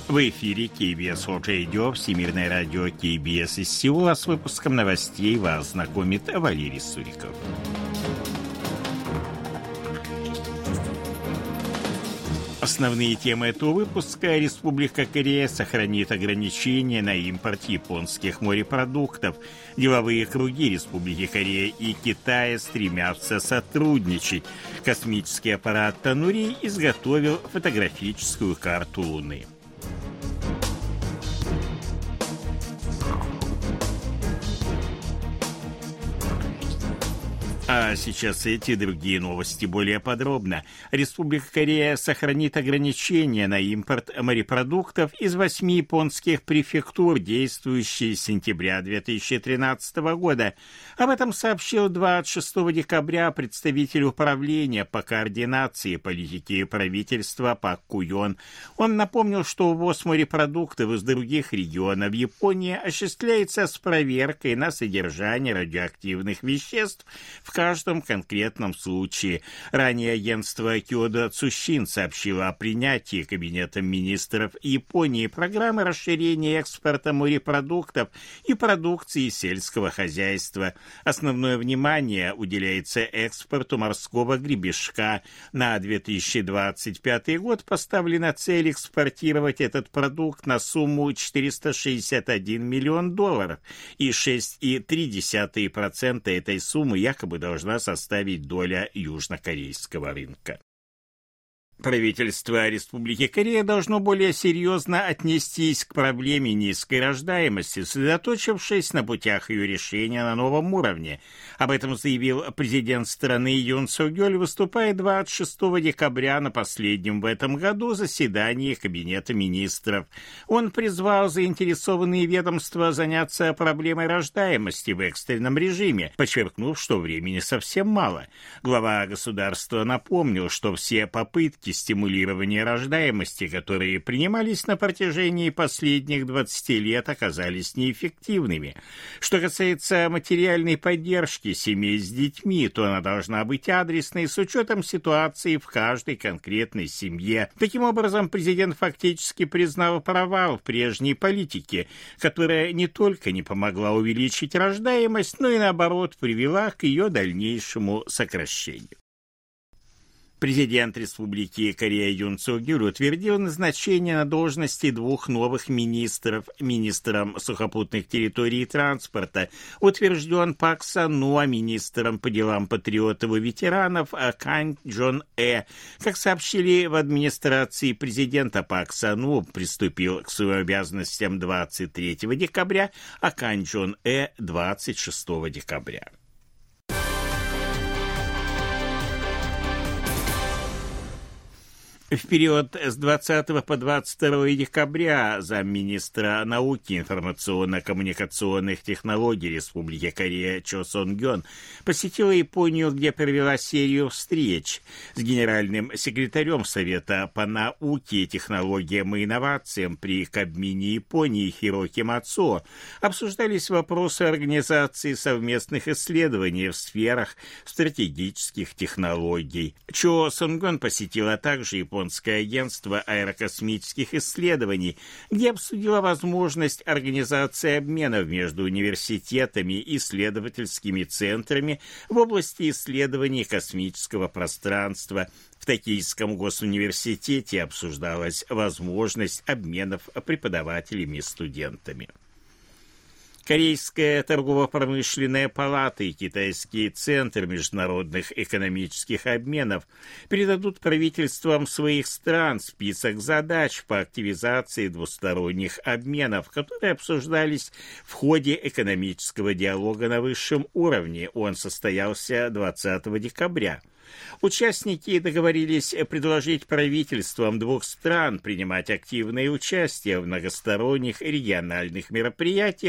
В эфире KBS World Radio, Всемирное радио KBS из Сеула. С выпуском новостей вас знакомит Валерий Суриков. Основные темы этого выпуска: Республика Корея сохранит ограничения на импорт японских морепродуктов. Деловые круги Республики Корея и Китая стремятся сотрудничать. Космический аппарат Танури изготовил фотографическую карту Луны. А сейчас эти и другие новости более подробно. Республика Корея сохранит ограничения на импорт морепродуктов из 8 японских префектур, действующие с сентября 2013 года. Об этом сообщил 26 декабря представитель управления по координации политики правительства Пак Куйон. Он напомнил, что ввоз морепродуктов из других регионов Японии осуществляется с проверкой на содержание радиоактивных веществ в каждом конкретном случае. Ранее агентство Кёдо Цушин сообщило о принятии Кабинетом министров Японии программы расширения экспорта морепродуктов и продукции сельского хозяйства. Основное внимание уделяется экспорту морского гребешка. На 2025 год поставлена цель экспортировать этот продукт на сумму $461 миллион, и 6,3% этой суммы якобы должна составить доля южнокорейского рынка. Правительство Республики Корея должно более серьезно отнестись к проблеме низкой рождаемости, сосредоточившись на путях ее решения на новом уровне. Об этом заявил президент страны Юн Сок-гёль, выступая 26 декабря на последнем в этом году заседании Кабинета министров. Он призвал заинтересованные ведомства заняться проблемой рождаемости в экстренном режиме, подчеркнув, что времени совсем мало. Глава государства напомнил, что все попытки стимулирования рождаемости, которые принимались на протяжении последних 20 лет, оказались неэффективными. Что касается материальной поддержки семей с детьми, то она должна быть адресной с учетом ситуации в каждой конкретной семье. Таким образом, президент фактически признал провал в прежней политике, которая не только не помогла увеличить рождаемость, но и, наоборот, привела к ее дальнейшему сокращению. Президент Республики Корея Юн Сок-гёль утвердил назначение на должности двух новых министров. Министром сухопутных территорий и транспорта утвержден Пак Сан-у, а министром по делам патриотов и ветеранов Кан Чжон-э. Как сообщили в администрации президента, Пак Сан-у приступил к своим обязанностям 23 декабря, а Кан Чжон-э 26 декабря. В период с 20 по 22 декабря замминистра науки и информационно-коммуникационных технологий Республики Корея Чо Сон-гён посетила Японию, где провела серию встреч с генеральным секретарем Совета по науке, технологиям и инновациям при Кабмине Японии Хироки Мацуо. Обсуждались вопросы организации совместных исследований в сферах стратегических технологий. Чо Сон-гён посетила также Японское агентство аэрокосмических исследований, где обсудила возможность организации обменов между университетами и исследовательскими центрами в области исследований космического пространства. В Токийском госуниверситете обсуждалась возможность обменов преподавателями и студентами. Корейская торгово-промышленная палата и Китайский центр международных экономических обменов передадут правительствам своих стран список задач по активизации двусторонних обменов, которые обсуждались в ходе экономического диалога на высшем уровне. Он состоялся 20 декабря. Участники договорились предложить правительствам двух стран принимать активное участие в многосторонних региональных мероприятиях,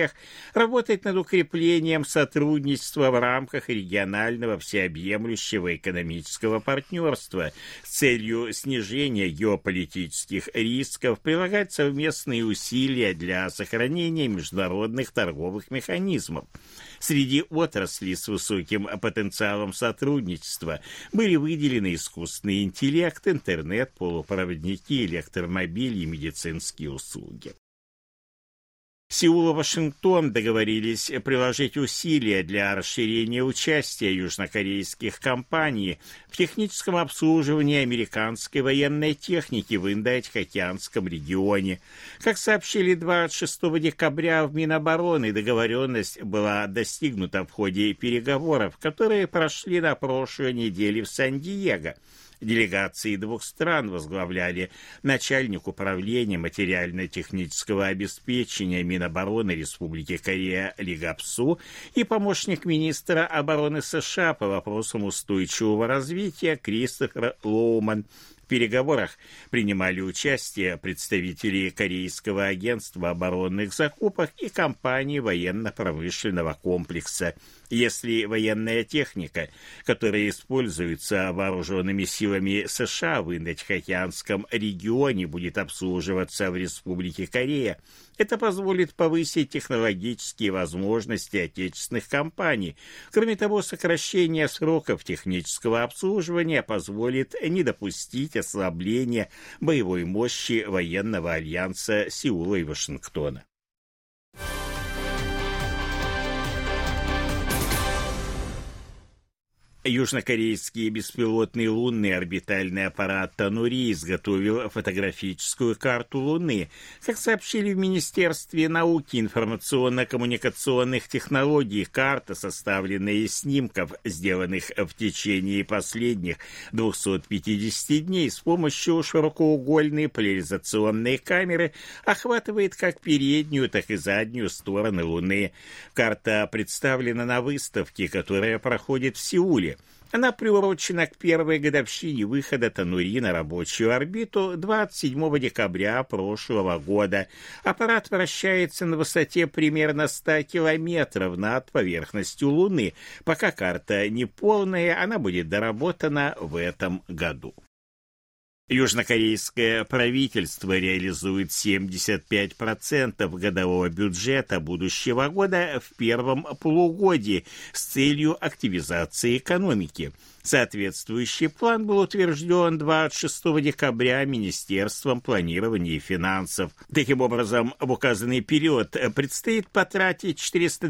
работать над укреплением сотрудничества в рамках регионального всеобъемлющего экономического партнерства с целью снижения геополитических рисков, прилагать совместные усилия для сохранения международных торговых механизмов. Среди отраслей с высоким потенциалом сотрудничества были выделены искусственный интеллект, интернет, полупроводники, электромобили и медицинские услуги. Сеул и Вашингтон договорились приложить усилия для расширения участия южнокорейских компаний в техническом обслуживании американской военной техники в Индо-Тихоокеанском регионе. Как сообщили 26 декабря в Минобороны, договоренность была достигнута в ходе переговоров, которые прошли на прошлой неделе в Сан-Диего. Делегации двух стран возглавляли начальник управления материально-технического обеспечения Минобороны Республики Корея Ли Гапсу и помощник министра обороны США по вопросам устойчивого развития Кристофер Лоуман. В переговорах принимали участие представители Корейского агентства оборонных закупок и компании военно-промышленного комплекса. Если военная техника, которая используется вооруженными силами США в Индо-Тихоокеанском регионе, будет обслуживаться в Республике Корея, это позволит повысить технологические возможности отечественных компаний. Кроме того, сокращение сроков технического обслуживания позволит не допустить ослабления боевой мощи военного альянса Сеула и Вашингтона. Южнокорейский беспилотный лунный орбитальный аппарат «Танури» изготовил фотографическую карту Луны. Как сообщили в Министерстве науки и информационно-коммуникационных технологий, карта, составленная из снимков, сделанных в течение последних 250 дней с помощью широкоугольной поляризационной камеры, охватывает как переднюю, так и заднюю стороны Луны. Карта представлена на выставке, которая проходит в Сеуле. Она приурочена к первой годовщине выхода Танури на рабочую орбиту 27 декабря прошлого года. Аппарат вращается на высоте примерно 100 километров над поверхностью Луны. Пока карта не полная, она будет доработана в этом году. Южнокорейское правительство реализует 75% годового бюджета будущего года в первом полугодии с целью активизации экономики. Соответствующий план был утвержден 26 декабря Министерством планирования и финансов. Таким образом, в указанный период предстоит потратить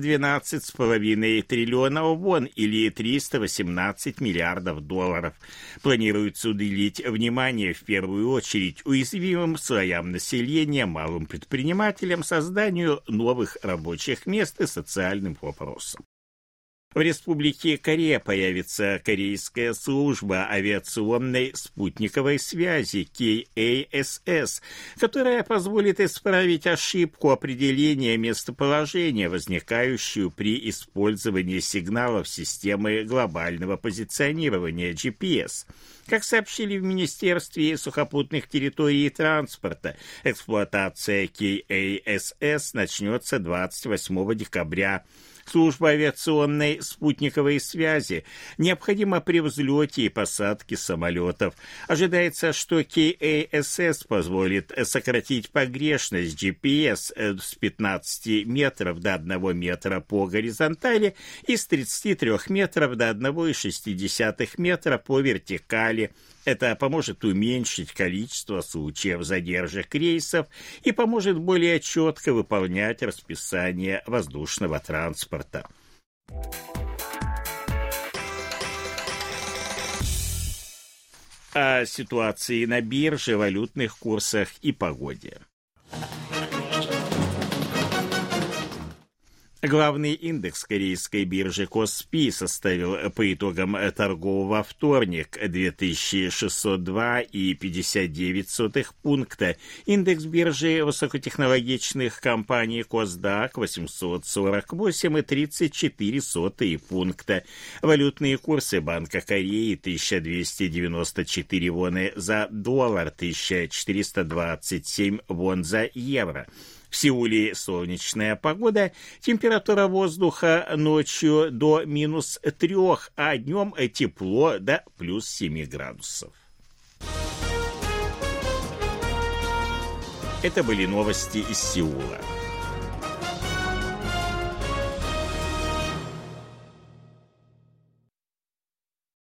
412,5 триллионов вон или 318 миллиардов долларов. Планируется уделить внимание в первую очередь уязвимым слоям населения, малым предпринимателям, созданию новых рабочих мест и социальным вопросам. В Республике Корея появится Корейская служба авиационной спутниковой связи KASS, которая позволит исправить ошибку определения местоположения, возникающую при использовании сигналов системы глобального позиционирования GPS. Как сообщили в Министерстве сухопутных территорий и транспорта, эксплуатация KASS начнется 28 декабря. Служба авиационной спутниковой связи необходима при взлете и посадке самолетов. Ожидается, что KASS позволит сократить погрешность GPS с 15 метров до 1 метра по горизонтали и с 33 метров до 1,6 метра по вертикали. Это поможет уменьшить количество случаев задержек рейсов и поможет более четко выполнять расписание воздушного транспорта. О ситуации на бирже, валютных курсах и погоде. Главный индекс корейской биржи Коспи составил по итогам торгового вторник 2602,59 пункта. Индекс биржи высокотехнологичных компаний Косдак 848,34 пункта. Валютные курсы Банка Кореи: 1294 воны за доллар, 1427 вон за евро. В Сеуле солнечная погода, температура воздуха ночью до -3, а днем тепло до +7 градусов. Это были новости из Сеула.